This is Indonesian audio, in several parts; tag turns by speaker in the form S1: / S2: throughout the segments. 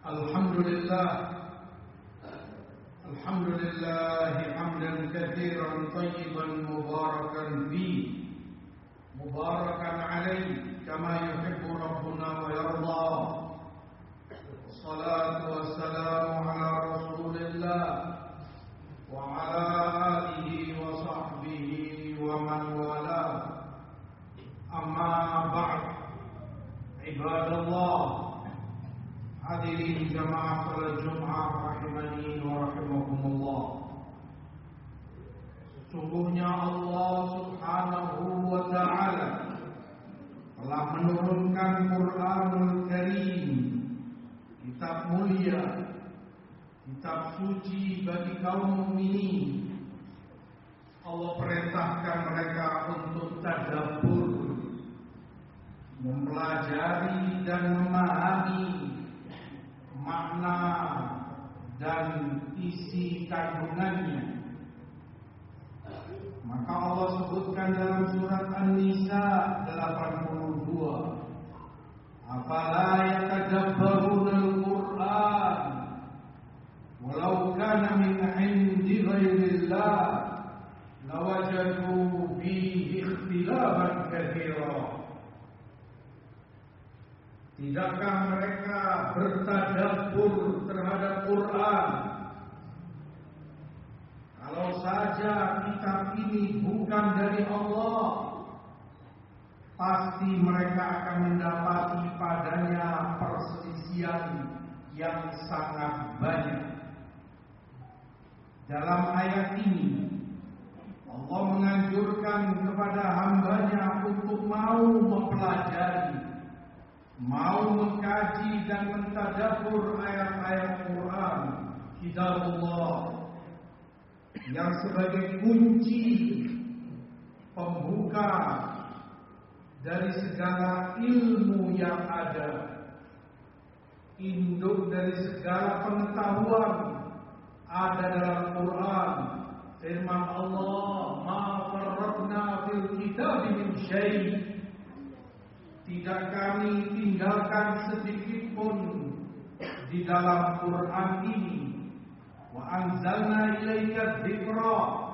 S1: Alhamdulillah hamdan katsiran thayyiban mubarakan fi mubarakan alaihi kama yuhibbu rabbuna wa yarda. Wassalatu wassalamu ala Rasulillah wa ala alihi wa sahbihi wa man wala. Amma ba'd. Ibadallah, hadirin jamaah salat Jumat rahimani wa rahimakumullah. Sesungguhnya Allah Subhanahu wa ta'ala telah menurunkan Quranul Karim, kitab mulia, kitab suci bagi kaum mukminin. Allah perintahkan mereka untuk tadabbur, mempelajari dan memahami makna dan isi kandungannya. Maka Allah sebutkan dalam surat An-Nisa 82, afala yatadabbaruna al-Qur'an walau kana min 'indi ghairillah lawajadu fihi ikhtilafan katsira. Tidakkah mereka bertadabbur terhadap Quran? Kalau saja kitab ini bukan dari Allah, pasti mereka akan mendapati padanya perselisihan yang sangat banyak. Dalam ayat ini Allah menganjurkan kepada hambanya untuk mau mempelajari, mau mengkaji dan mentadabbur ayat-ayat Quran, kitabullah, yang sebagai kunci pembuka dari segala ilmu yang ada, induk dari segala pengetahuan ada dalam Quran. Firman Allah, ma farratna fil kitab min syai', tidak kami tinggalkan sedikit pun di dalam Quran ini. Wa anzalna ilaika dzikra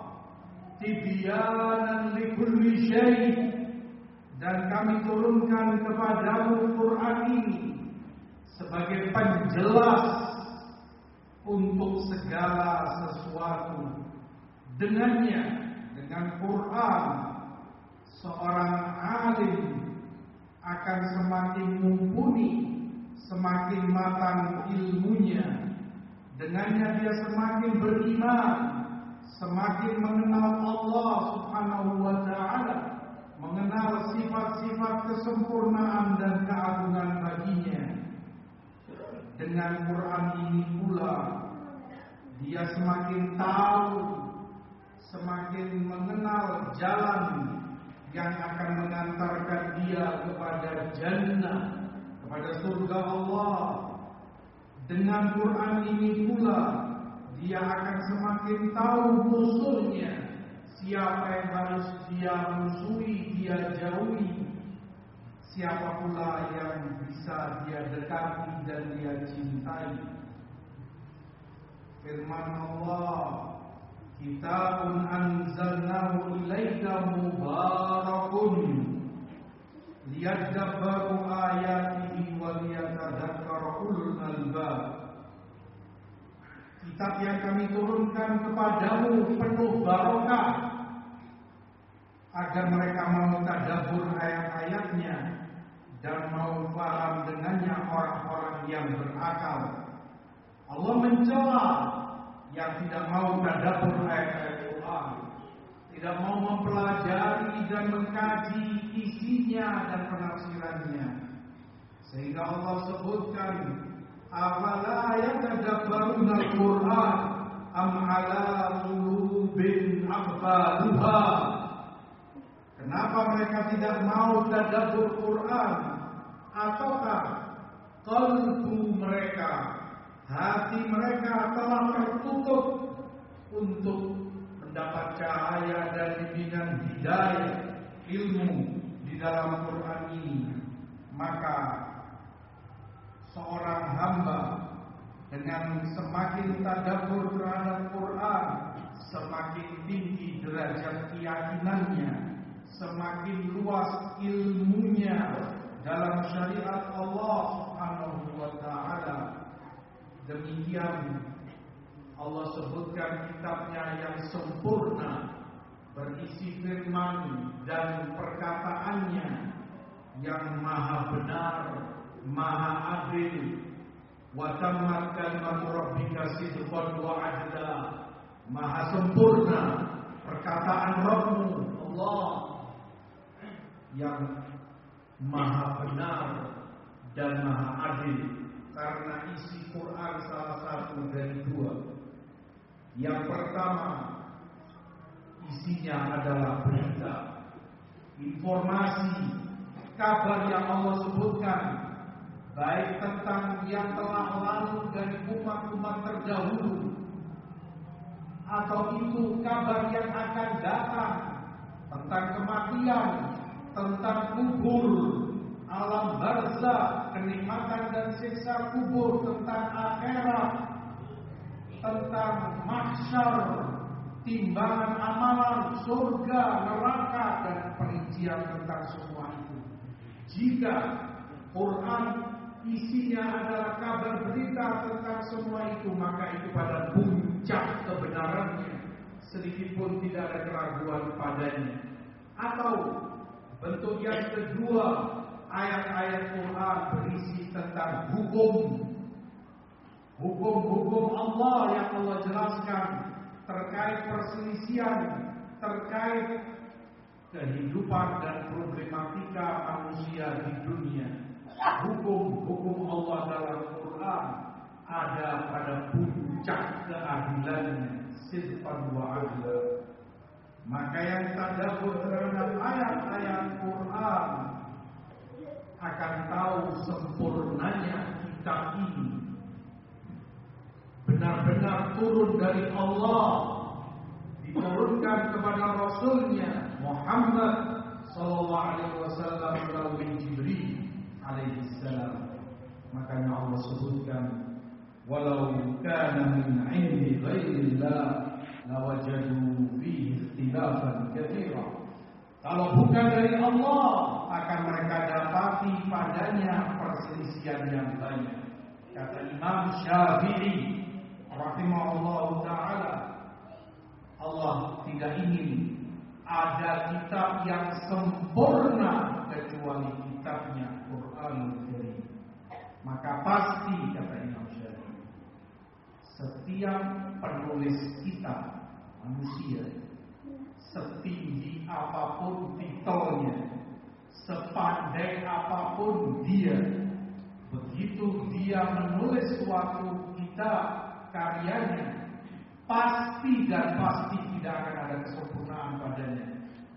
S1: tibyanan likulli syai', dan kami turunkan kepadamu Quran ini sebagai penjelas untuk segala sesuatu. Dengannya, dengan Quran, seorang alim akan semakin mumpuni, semakin matang ilmunya. Dengannya dia semakin beriman, semakin mengenal Allah Subhanahu wa ta'ala, mengenal sifat-sifat kesempurnaan dan keagungan baginya. Dengan Quran ini pula dia semakin tahu, semakin mengenal jalan yang akan mengantarkan dia kepada jannah, kepada surga Allah. Dengan Quran ini pula dia akan semakin tahu musuhnya, siapa yang harus dia musuhi, dia jauhi, siapa pula yang bisa dia dekati dan dia cintai. Firman Allah, kitabun anzalnahu ilaika mubarakun liyadabbaru ayatihi wa liyatadzakkara ulul albab. Kitab yang kami turunkan kepadamu penuh barokah, agar mereka mau tadabbur ayat-ayatnya dan mau paham dengannya orang-orang yang berakal. Allah mencela yang tidak mau tadabbur ayat-ayat Quran, tidak mau mempelajari dan mengkaji isinya dan penafsirannya. Sehingga Allah sebutkan, afala yatadabbaruna al-Quran am ala qulubin aqbaluha. Kenapa mereka tidak mau tadabbur Quran? Ataukah qalbu mereka, hati mereka telah tertutup untuk mendapat cahaya dan bimbingan hidayah ilmu di dalam Quran ini? Maka seorang hamba Dengan semakin tadabbur terhadap Quran, semakin tinggi derajat keyakinannya, semakin luas ilmunya dalam syariat Allah Subhanahu wa taala. Demikian Allah sebutkan kitabnya yang sempurna, berisi firman dan perkataannya yang maha benar, maha adil. Wa tammat kalimatu rabbika sidqan wa adla. Maha sempurna perkataan Rabbmu Allah yang maha benar dan maha adil. Karena isi Quran salah satu dari dua. Yang pertama, isinya adalah berita, informasi, kabar yang Allah sebutkan, baik tentang yang telah lalu dari umat-umat terdahulu, atau itu kabar yang akan datang tentang kematian, tentang kubur, alam barzakh, kenikmatan dan siksa kubur, tentang akhirat, tentang mahsyar, timbangan amalan, surga, neraka, dan perincian tentang semua itu. Jika Quran isinya adalah kabar berita tentang semua itu, maka itu pada puncak kebenarannya, sedikit pun tidak ada keraguan padanya. Atau bentuk yang kedua, ayat-ayat Quran berisi tentang hukum Allah yang Allah jelaskan terkait perselisihan, terkait kehidupan dan problematika manusia di dunia. Hukum Allah dalam Quran ada pada puncak keadilannya, sidqan wa adla. Maka yang tadabbur terhadap ayat-ayat Quran akan tahu sempurnanya kitab ini benar-benar turun dari Allah, diturunkan kepada Rasulnya Muhammad sallallahu alaihi wasallam melalui Jibril alaihi salam. Makanya Allah sebutkan, walau kana min 'indi ghairillah lawajadu fihi ikhtilafan katsira. Kalau bukan dari Allah, akan mereka dapati padanya perselisihan yang banyak. Kata Imam Syafi'i rahimahullah taala, Allah tidak ingin ada kitab yang sempurna kecuali kitabnya Quranul Karim. Maka pasti, kata Imam Syafi'i, setiap penulis kitab manusia, setinggi apapun titelnya, sepandai apapun dia, begitu dia menulis suatu kitab karyanya, pasti dan pasti tidak akan ada kesempurnaan padanya.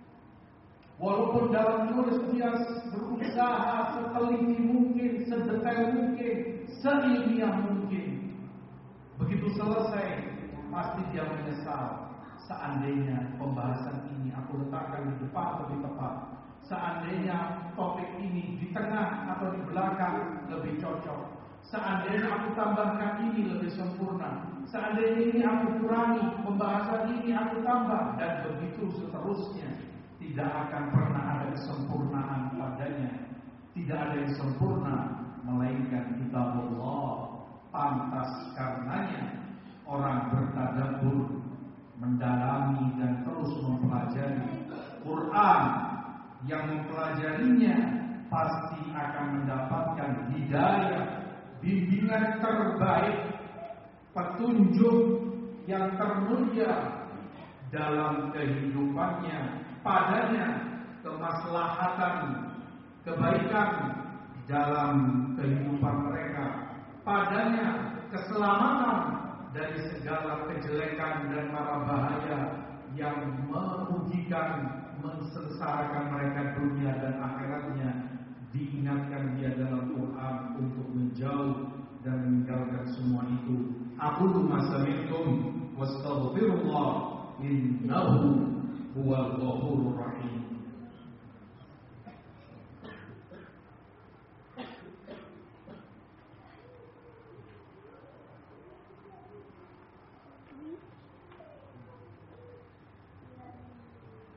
S1: Walaupun dalam menulis dia berusaha seteliti mungkin, sedetail mungkin, seilmiah mungkin, begitu selesai pasti dia menyesal. Seandainya pembahasan ini aku letakkan di depan lebih tepat, seandainya topik ini di tengah atau di belakang lebih cocok, seandainya aku tambahkan ini lebih sempurna, seandainya ini aku kurangi, pembahasan ini aku tambah, dan begitu seterusnya. Tidak akan pernah ada kesempurnaan padanya. Tidak ada yang sempurna melainkan kitab Allah. Pantas karenanya orang bertadabbur, mendalami dan terus mempelajari Quran. Yang mempelajarinya pasti akan mendapatkan hidayah, bimbingan terbaik, petunjuk yang termulia dalam kehidupannya. Padanya kemaslahatan, kebaikan dalam kehidupan mereka. Padanya keselamatan dari segala kejelekan dan mara bahaya yang merugikan, mensengsarakan mereka dunia dan akhiratnya. Diingatkan dia dalam Quran untuk menjauh dan meninggalkan semua itu. Aqulu ma sami'tum wastaghfirullah innahu huwal ghafurur rahim.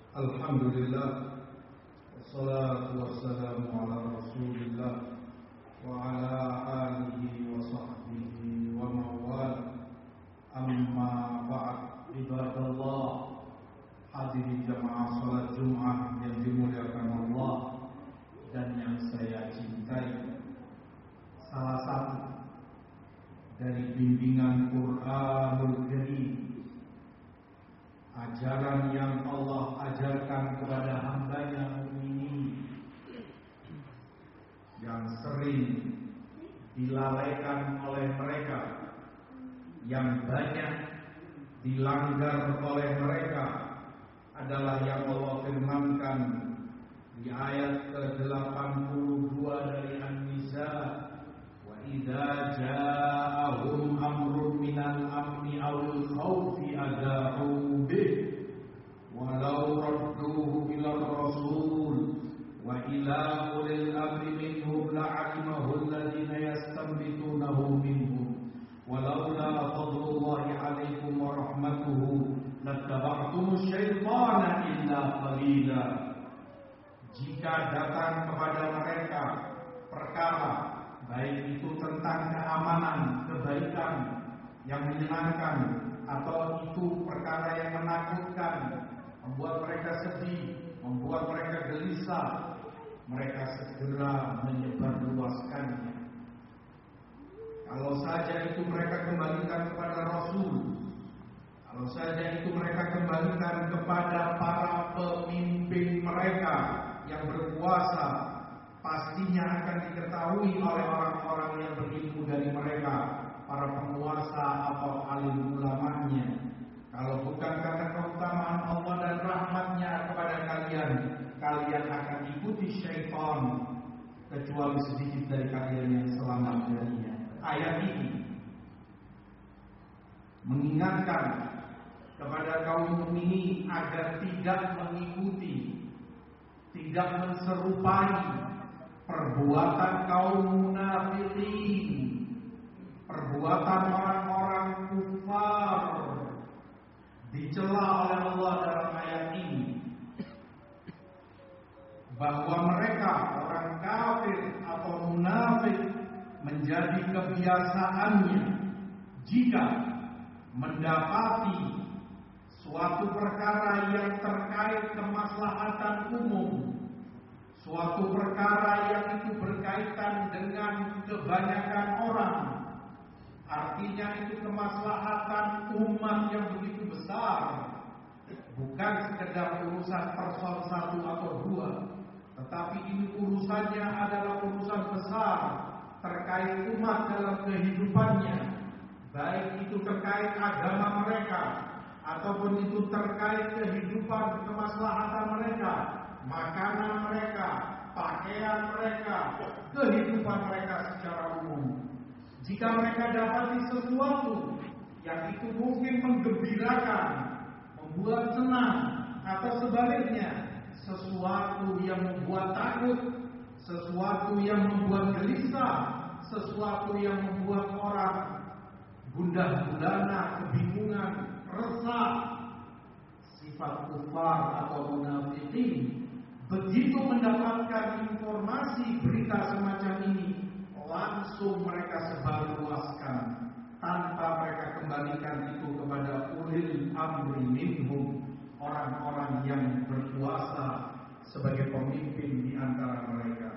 S1: Alhamdulillah, wassalatu wassalamu ala Rasulillah wa ala alihi wa sahbihi wa mawala. Amma ba'd, ibadallah, hadirin jamaah salat Jumat yang dimuliakan Allah dan yang saya cintai. Salah satu dari bimbingan Qur'anul Karim, ajaran yang Allah ajarkan kepada hamba-Nya mukminin yang sering dilalaikan oleh mereka, yang banyak dilanggar oleh mereka, adalah yang Allah firmankan di ayat ke-82 dari An-Nisa, wa idza ja'ahum amrun minal amni awil khawfi adha'u bih walau radduhu ila rasul wa ila ulil amri minhum la'alimahu alladhina yastanbitunahu minhum walaula fadlullahi 'alaikum wa rahmatuhu lattaba'tumus syaitana illa qalila. Jika datang kepada mereka perkara, baik itu tentang keamanan, kebaikan yang menyenangkan, atau itu perkara yang menakutkan, membuat mereka sedih, membuat mereka gelisah, mereka segera menyebarluaskannya. Kalau saja itu mereka kembalikan kepada Rasul, kalau saja itu mereka kembalikan kepada para pemimpin mereka yang berkuasa, pastinya akan diketahui oleh orang-orang yang berilmu dari mereka, para penguasa atau alim ulamanya. Kalau bukan karena keutamaan Allah dan rahmatnya kepada kalian, kalian akan ikuti syaitan, kecuali sedikit dari kalian yang selamat darinya. Ayat ini mengingatkan kepada kaum mukminin agar tidak mengikuti, tidak menserupai perbuatan kaum munafikin, perbuatan orang-orang kufar dicela oleh Allah dalam ayat ini, bahwa mereka orang kafir atau munafik menjadi kebiasaannya jika mendapati suatu perkara yang terkait kemaslahatan umum, suatu perkara yang itu berkaitan dengan kebanyakan orang, artinya itu kemaslahatan umat yang begitu besar, bukan sekedar urusan person satu atau dua, tetapi ini urusannya adalah urusan besar terkait umat dalam kehidupannya, baik itu terkait agama mereka ataupun itu terkait kehidupan kemaslahatan mereka, makanan mereka, pakaian mereka, kehidupan mereka secara umum. Jika mereka dapati sesuatu yang itu mungkin menggembirakan, membuat senang, atau sebaliknya sesuatu yang membuat takut, sesuatu yang membuat gelisah, sesuatu yang membuat orang gundah gulana, kebingungan, resah, sifat kufar atau munafikin begitu mendapatkan informasi berita semacam ini, langsung mereka sebarluaskan tanpa mereka kembalikan itu kepada ulil amri minhum, orang-orang yang berkuasa sebagai pemimpin di antara mereka.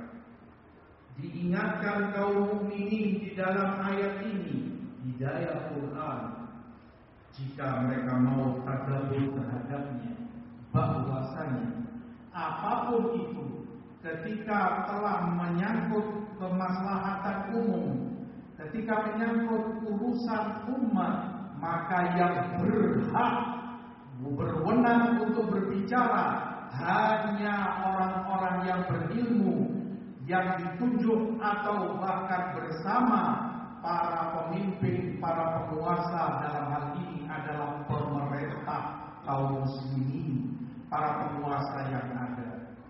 S1: Diingatkan kaum mukminin di dalam ayat ini, hidayah Quran, jika mereka mau tadabbur terhadapnya, bahwasanya apapun itu ketika telah menyangkut kemaslahatan umum, ketika menyangkut urusan umat, maka yang berhak berwenang untuk berbicara hanya orang-orang yang berilmu, yang ditunjuk atau bahkan bersama para pemimpin, para penguasa. Dalam hal ini adalah pemerintah kaum muslimin, para penguasa yang ada.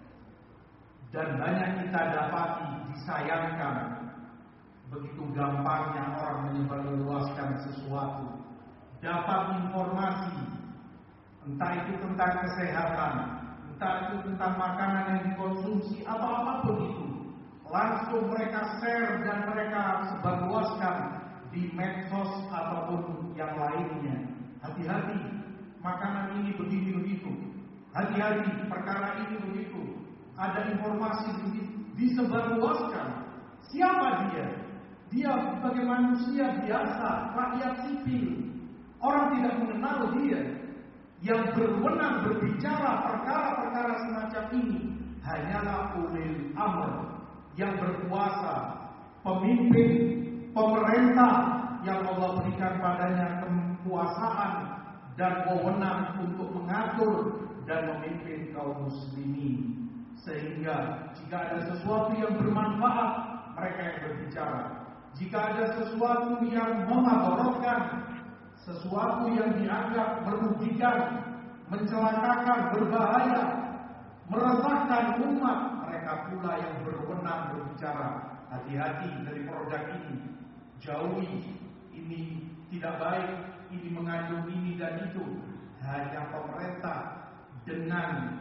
S1: Dan banyak kita dapati, disayangkan, begitu gampangnya orang menyebarluaskan sesuatu, dapat informasi, entah itu tentang kesehatan, entah itu tentang makanan yang dikonsumsi atau apapun itu, langsung mereka share dan mereka sebarluaskan di medsos ataupun yang lainnya. Hati-hati, makanan ini begini begitu. Hati-hati, perkara ini begitu. Ada informasi begitu disebarluaskan. Siapa dia? Dia sebagai manusia biasa, rakyat sipil. Orang tidak mengenal dia. Yang berwenang berbicara perkara-perkara semacam ini hanyalah ulil amr, yang berkuasa, pemimpin, pemerintah yang Allah berikan padanya kekuasaan dan wewenang untuk mengatur dan memimpin kaum muslimin. Sehingga jika ada sesuatu yang bermanfaat, mereka yang berbicara. Jika ada sesuatu yang memadorotkan, sesuatu yang dianggap merugikan, mencelakakan, berbahaya, meresahkan umat, mereka pula yang berwenang berbicara. Hati-hati dari produk ini, jauhi, ini tidak baik, ini mengandung ini dan itu. Hanya pemerintah dengan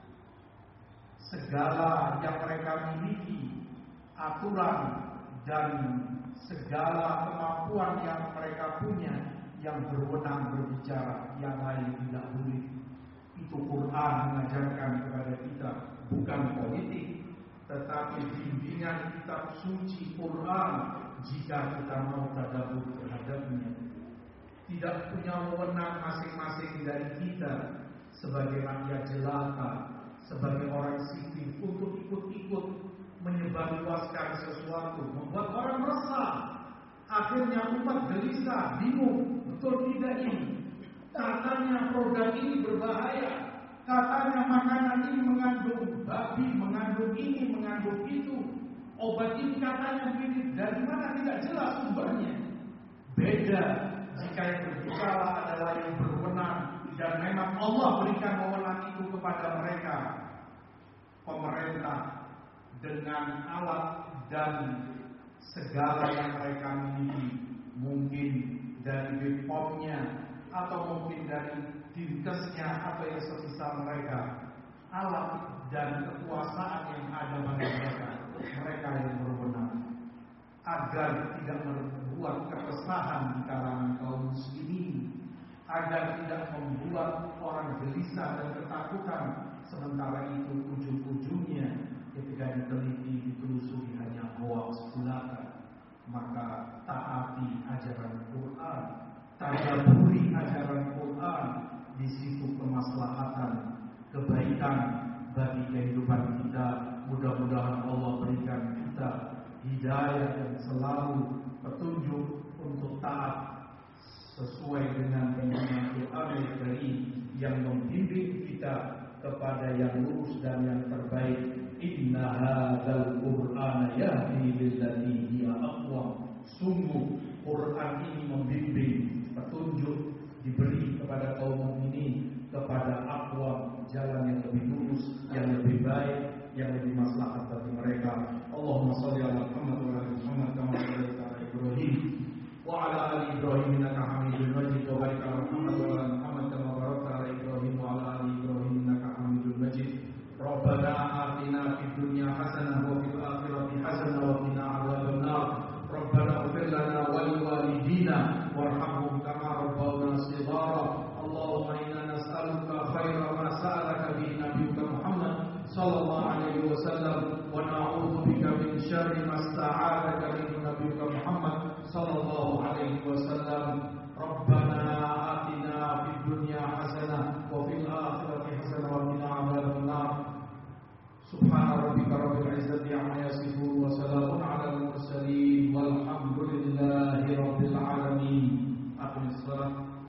S1: segala yang mereka miliki, aturan dan segala kemampuan yang mereka punya, yang berwenang berbicara, yang lain tidak boleh. Itu Quran mengajarkan kepada kita, bukan politik, tetapi bimbingan kitab suci Quran. Jika kita mau tadabbur terhadapnya, tidak punya wewenang masing-masing dari kita sebagai rakyat jelata, sebagai orang sipil untuk ikut-ikut menyebarluaskan sesuatu, membuat orang resah. Akhirnya umat gelisah, bingung, betul tidak ini? Katanya produk ini berbahaya, katanya makanan ini mengandung babi, mengandung ini, mengandung itu, obat ini katanya begini, dari mana tidak jelas sumbernya. Beda jika yang berbicara adalah yang berwenang, dan memang Allah berikan wewenang itu kepada mereka. Pemerintah dengan alat dan segala yang mereka miliki, mungkin dari BPOM-nya atau mungkin dari Dinkesnya atau yang semisal mereka, alat dan kekuasaan yang ada pada mereka yang berwenang, agar tidak membuat keresahan di kalangan kaum muslimin, agar tidak membuat orang gelisah dan ketakutan. Sementara itu ujung-ujungnya ketika diteliti, ditelusuri hanya hoaks belaka. Maka taati ajaran Quran, tadabburi ajaran Quran. Di situ kemaslahatan, kebaikan bagi kehidupan kita. Mudah-mudahan Allah berikan kita hidayah dan selalu petunjuk untuk taat sesuai dengan bimbingan Quran yang membimbing kita kepada yang lurus dan yang terbaik. Inna hadzal Qur'ana yahdi lillati hiya aqwam. Sungguh Quran ini membimbing, petunjuk diberi kepada kaum mukminin kepada aqwam, jalan yang lebih lurus, yang lebih baik, yang lebih maslahat bagi mereka. Allahumma shalli ala Muhammad wa ala Muhammad kama shallaita ala Ibrahim wa ala ali Ibrahim innaka Hamidum Majid. Wa barik ala Muhammad wa ala Muhammad kama barakta ala Ibrahim wa ala ali Ibrahim innaka Hamidum Majid. Rabbana atina fid dunya hasanah wa fil akhirati hasanah wa qina adzaban nar. Rabbana ighfir lana wa li walidina warhamhum kama rabbawna shighara. Allahumma inna nas'aluka khaira ma sa'alaka bihi nabiyyuka Muhammad sallallahu alaihi wasallam wa na'udzu bika min syarri ma sta'adaka bihi nabiyyuka Muhammad sallallahu alaihi wasallam. Rabbana atina fid dunya hasanah wa fil akhirati hasanah wa qina adzaban nar. Subhana rabbika rabbil izzati amma yasifun wa salamun 'alal mursalin walhamdulillahi rabbil alamin. Akhir salat.